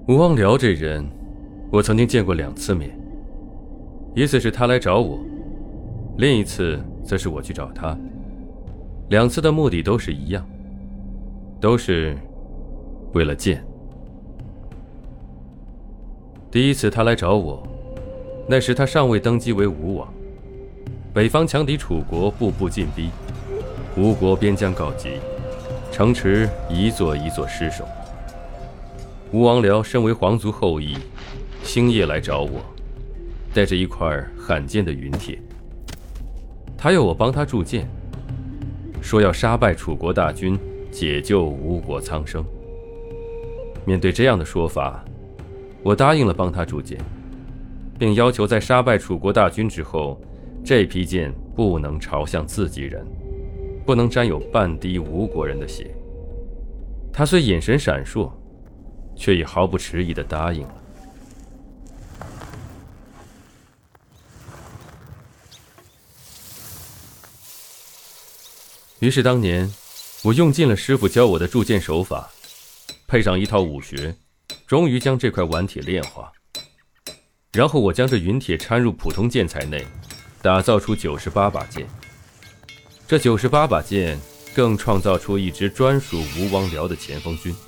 吴王僚这人，我曾经见过2次面，一次是他来找我，另一次则是我去找他。2次的目的都是一样，都是为了剑。第一次他来找我，那时他尚未登基为吴王，北方强敌楚国步步进逼，吴国边疆告急，城池一座一座失守。吴王僚身为皇族后裔，星夜来找我，带着一块罕见的云帖。他要我帮他铸剑，说要杀败楚国大军，解救吴国苍生。面对这样的说法，我答应了帮他铸剑，并要求在杀败楚国大军之后，这批剑不能朝向自己人，不能沾有半滴吴国人的血。他虽眼神闪烁，却也毫不迟疑地答应了。于是当年，我用尽了师傅教我的铸剑手法，配上一套武学，终于将这块顽铁炼化。然后我将这云铁掺入普通剑材内，打造出98把剑。这98把剑更创造出一支专属吴王僚的前锋军。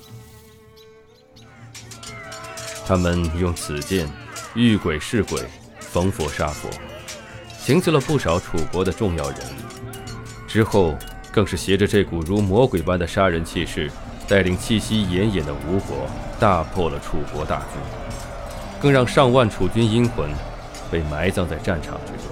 他们用此剑遇鬼是鬼，逢佛杀佛，行刺了不少楚国的重要人物。之后更是携着这股如魔鬼般的杀人气势，带领气息奄奄的吴国大破了楚国大军，更让上万楚军阴魂被埋葬在战场之中。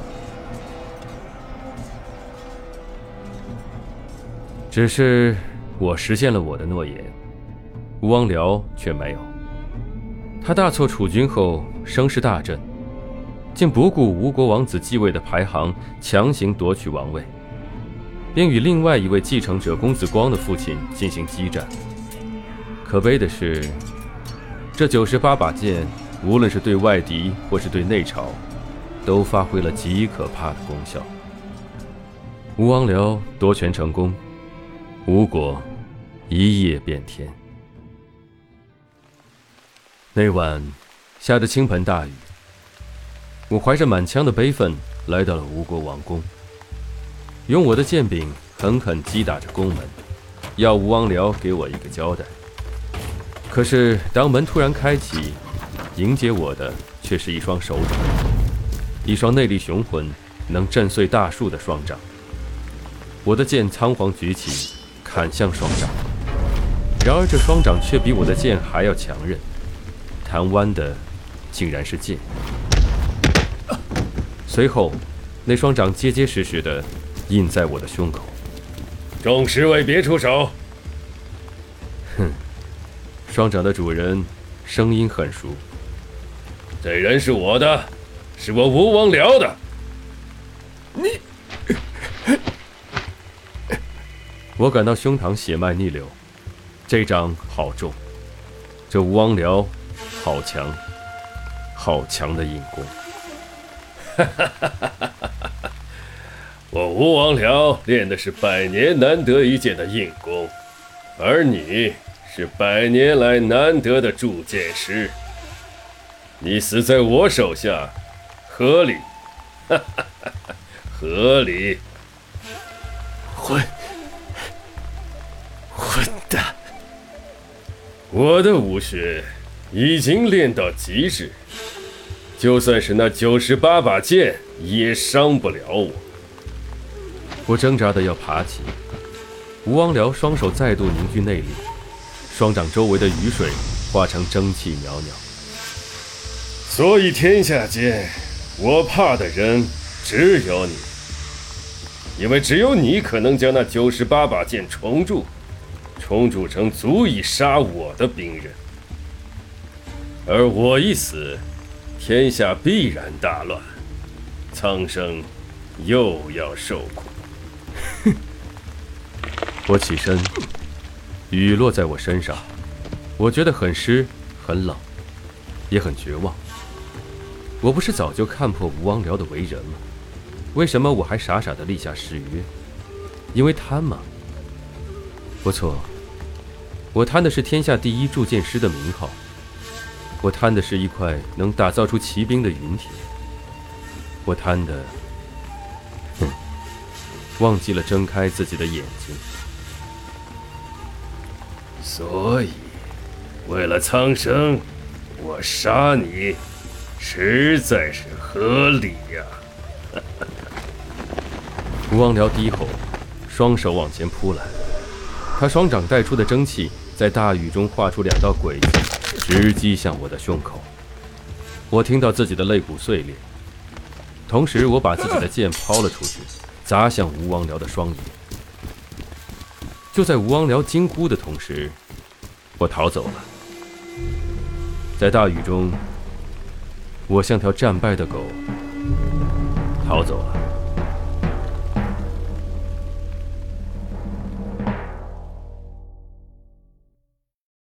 只是我实现了我的诺言，吴王僚却没有。他大挫楚军后声势大振，竟不顾吴国王子继位的排行，强行夺取王位，并与另外一位继承者公子光的父亲进行激战。可悲的是，这98把剑无论是对外敌或是对内朝，都发挥了极可怕的功效。吴王僚夺权成功，吴国一夜变天。那晚下着倾盆大雨，我怀着满腔的悲愤来到了吴国王宫，用我的剑柄狠狠击打着宫门，要吴王僚给我一个交代。可是当门突然开启，迎接我的却是一双手掌，一双内力雄浑，能震碎大树的双掌。我的剑仓皇举起，砍向双掌，然而这双掌却比我的剑还要强韧，弹弯的竟然是剑。随后那双掌结结实实地印在我的胸口。 众侍卫别出手！ 哼，双掌的主人声音很熟。 这人是我的，是我吴王僚的。 你……我感到胸膛血脉逆流，这掌好重，这吴王僚好强，好强的硬功。 我吴王僚练的是100年难得一见的硬功，而你是100年来难得的铸剑师。你死在我手下，合理，合理。 混蛋！ 我的武学已经练到极致，就算是那98把剑也伤不了我。 我挣扎的要爬起，吴王僚双手再度凝聚内力，双掌周围的雨水化成蒸汽袅袅。 所以天下间，我怕的人只有你，因为只有你可能将那98把剑重铸成足以杀我的兵刃。而我一死，天下必然大乱，苍生又要受苦。 哼！我起身，雨落在我身上，我觉得很湿很冷，也很绝望。我不是早就看破吴王僚的为人吗？为什么我还傻傻地立下誓约？因为贪吗？不错，我贪的是天下第一铸剑师的名号。 我贪的是一块能打造出骑兵的云铁，我贪的，忘记了睁开自己的眼睛。 所以，为了苍生，我杀你，实在是合理呀。 吴王僚低吼，双手往前扑来，他双掌带出的蒸汽在大雨中画出2道轨迹，直击向我的胸口。我听到自己的肋骨碎裂，同时我把自己的剑抛了出去，砸向吴王僚的双眼。就在吴王僚惊呼的同时，我逃走了。在大雨中，我像条战败的狗逃走了。